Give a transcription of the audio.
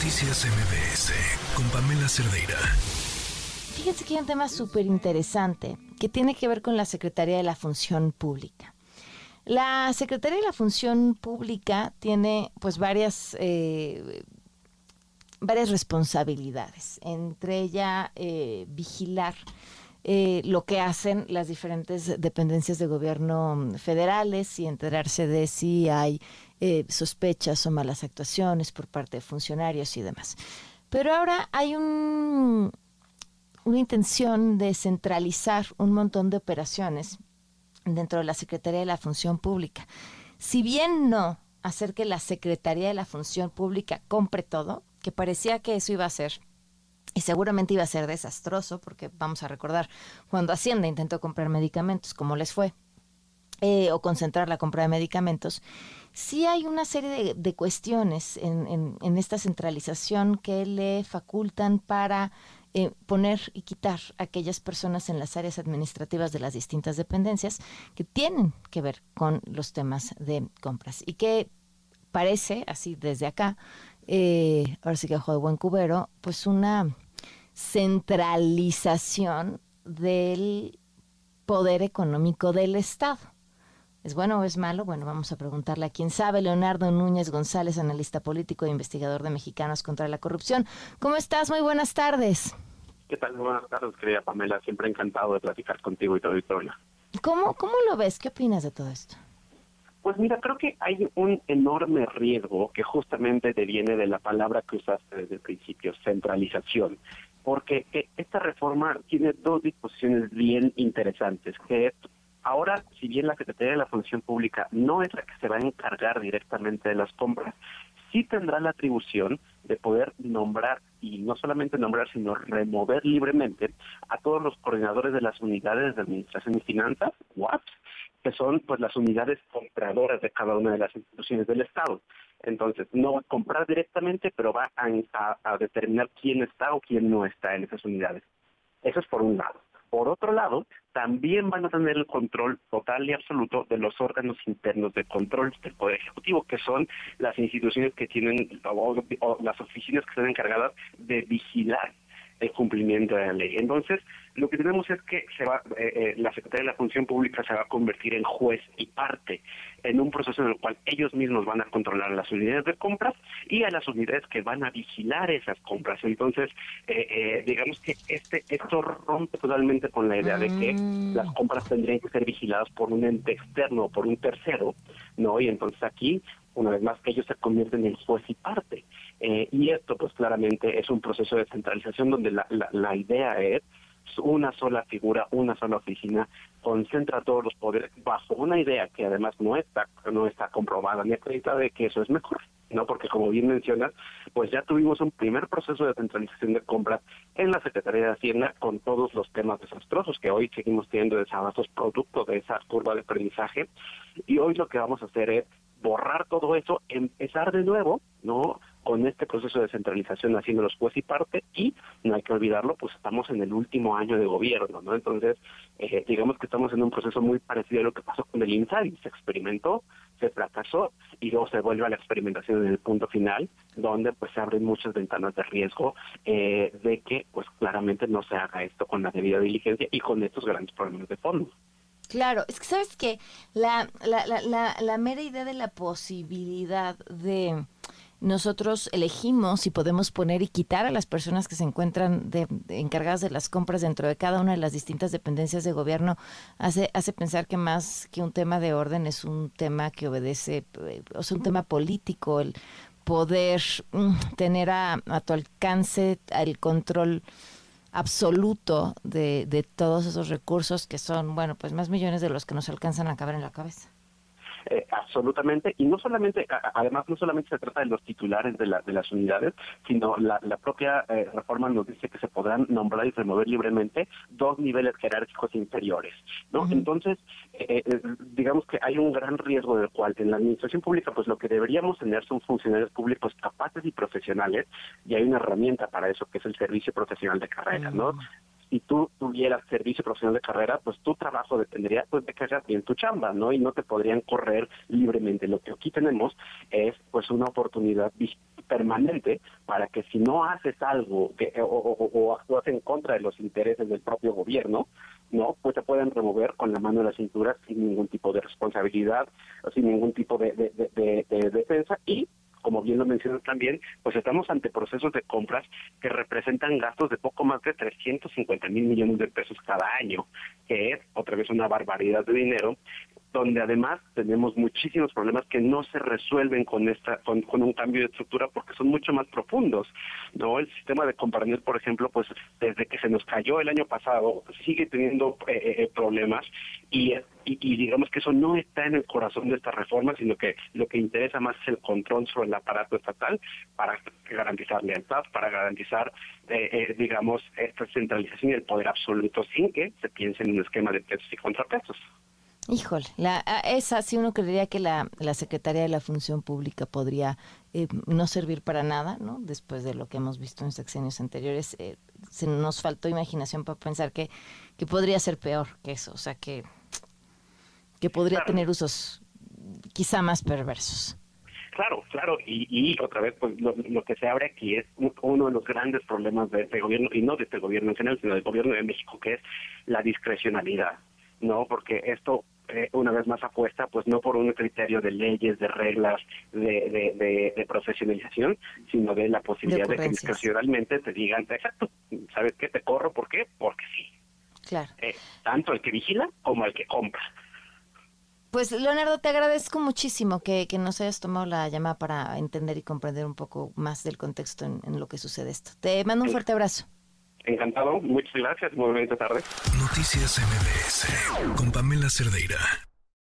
Noticias MBS con Pamela Cerdeira. Fíjense que hay un tema súper interesante que tiene que ver con la Secretaría de la Función Pública. La Secretaría de la Función Pública tiene pues varias responsabilidades, entre ellas vigilar lo que hacen las diferentes dependencias de gobierno federales y enterarse de si hay sospechas o malas actuaciones por parte de funcionarios y demás. Pero ahora hay una intención de centralizar un montón de operaciones dentro de la Secretaría de la Función Pública. Si bien no hacer que la Secretaría de la Función Pública compre todo, que parecía que eso iba a ser, y seguramente iba a ser desastroso, porque vamos a recordar cuando Hacienda intentó comprar medicamentos, cómo les fue, o concentrar la compra de medicamentos, sí hay una serie de cuestiones en esta centralización que le facultan para poner y quitar a aquellas personas en las áreas administrativas de las distintas dependencias que tienen que ver con los temas de compras y que parece, así desde acá, ahora sí que ojo de buen cubero, pues una centralización del poder económico del Estado. ¿Es bueno o es malo? Bueno, vamos a preguntarle a quien sabe. Leonardo Núñez González, analista político e investigador de Mexicanos contra la Corrupción. ¿Cómo estás? Muy buenas tardes. ¿Qué tal? Buenas tardes, querida Pamela. Siempre encantado de platicar contigo y tu auditorio. ¿Cómo lo ves? ¿Qué opinas de todo esto? Pues mira, creo que hay un enorme riesgo que justamente deviene de la palabra que usaste desde el principio, centralización. Porque esta reforma tiene dos disposiciones bien interesantes, que es, ahora, si bien la Secretaría de la Función Pública no es la que se va a encargar directamente de las compras, sí tendrá la atribución de poder nombrar, y no solamente nombrar, sino remover libremente a todos los coordinadores de las unidades de administración y finanzas, UAPs, que son pues las unidades compradoras de cada una de las instituciones del Estado. Entonces, no va a comprar directamente, pero va a determinar quién está o quién no está en esas unidades. Eso es por un lado. Por otro lado, también van a tener el control total y absoluto de los órganos internos de control del Poder Ejecutivo, que son las instituciones que tienen, o las oficinas que están encargadas de vigilar el cumplimiento de la ley. Entonces, lo que tenemos es que la Secretaría de la Función Pública se va a convertir en juez y parte en un proceso en el cual ellos mismos van a controlar las unidades de compras y a las unidades que van a vigilar esas compras. Entonces, digamos que esto rompe totalmente con la idea de que las compras tendrían que ser vigiladas por un ente externo o por un tercero, ¿no? Y entonces aquí, una vez más, ellos se convierten en juez y parte. Y esto, pues claramente, es un proceso de centralización donde la idea es una sola figura, una sola oficina, concentra todos los poderes bajo una idea que además no está comprobada ni acreditada de que eso es mejor, ¿no? Porque como bien mencionas, pues ya tuvimos un primer proceso de centralización de compras en la Secretaría de Hacienda con todos los temas desastrosos que hoy seguimos teniendo desabastos producto de esa curva de aprendizaje, y hoy lo que vamos a hacer es borrar todo eso, empezar de nuevo, ¿no?, con este proceso de centralización haciéndolos juez y parte, y no hay que olvidarlo, pues estamos en el último año de gobierno, ¿no? Entonces, digamos que estamos en un proceso muy parecido a lo que pasó con el INSABI. Se experimentó, se fracasó, y luego se vuelve a la experimentación en el punto final, donde pues se abren muchas ventanas de riesgo de que pues claramente no se haga esto con la debida diligencia y con estos grandes problemas de fondo. Claro, es que sabes que la mera idea de la posibilidad de nosotros elegimos si podemos poner y quitar a las personas que se encuentran encargadas de las compras dentro de cada una de las distintas dependencias de gobierno hace pensar que más que un tema de orden es un tema que obedece, o sea, un tema político, el poder tener a tu alcance el control absoluto de todos esos recursos que son, bueno, pues más millones de los que nos alcanzan a caber en la cabeza. Absolutamente, y no solamente, además no solamente se trata de los titulares de las unidades, sino la propia reforma nos dice que se podrán nombrar y remover libremente dos niveles jerárquicos inferiores, ¿no? Uh-huh. Entonces, digamos que hay un gran riesgo del cual en la administración pública, pues lo que deberíamos tener son funcionarios públicos capaces y profesionales, y hay una herramienta para eso que es el servicio profesional de carrera, ¿no? Si tú tuvieras servicio profesional de carrera, pues tu trabajo dependería pues de que hagas bien tu chamba, ¿no? Y no te podrían correr libremente. Lo que aquí tenemos es pues una oportunidad permanente para que si no haces algo o actúas en contra de los intereses del propio gobierno, no, pues te pueden remover con la mano de la cintura sin ningún tipo de responsabilidad o sin ningún tipo de defensa. Y como bien lo mencionas también, pues estamos ante procesos de compras que representan gastos de poco más de 350,000 millones de pesos cada año, que es otra vez una barbaridad de dinero, donde además tenemos muchísimos problemas que no se resuelven con un cambio de estructura porque son mucho más profundos, ¿no? El sistema de Comparnet, por ejemplo, pues desde que se nos cayó el año pasado, sigue teniendo problemas y digamos que eso no está en el corazón de esta reforma, sino que lo que interesa más es el control sobre el aparato estatal para garantizar lealtad, para garantizar, digamos, esta centralización y el poder absoluto sin que se piense en un esquema de pesos y contrapesos. Híjole, esa sí uno creería que la Secretaría de la Función Pública podría no servir para nada, ¿no? Después de lo que hemos visto en sexenios anteriores, se nos faltó imaginación para pensar que podría ser peor que eso, o sea, que podría tener usos quizá más perversos. Claro, y otra vez, pues lo que se abre aquí es uno de los grandes problemas de este gobierno, y no de este gobierno en general, sino del gobierno de México, que es la discrecionalidad, ¿no? Porque esto, una vez más, apuesta, pues no por un criterio de leyes, de reglas, de profesionalización, sino de la posibilidad de que discrecionalmente te digan, exacto, ¿sabes qué? Te corro, ¿por qué? Porque sí. Claro. Tanto el que vigila como el que compra. Pues, Leonardo, te agradezco muchísimo que nos hayas tomado la llamada para entender y comprender un poco más del contexto en lo que sucede esto. Te mando un fuerte abrazo. Encantado, muchas gracias, muy bonita tarde. Noticias MBS con Pamela Cerdeira.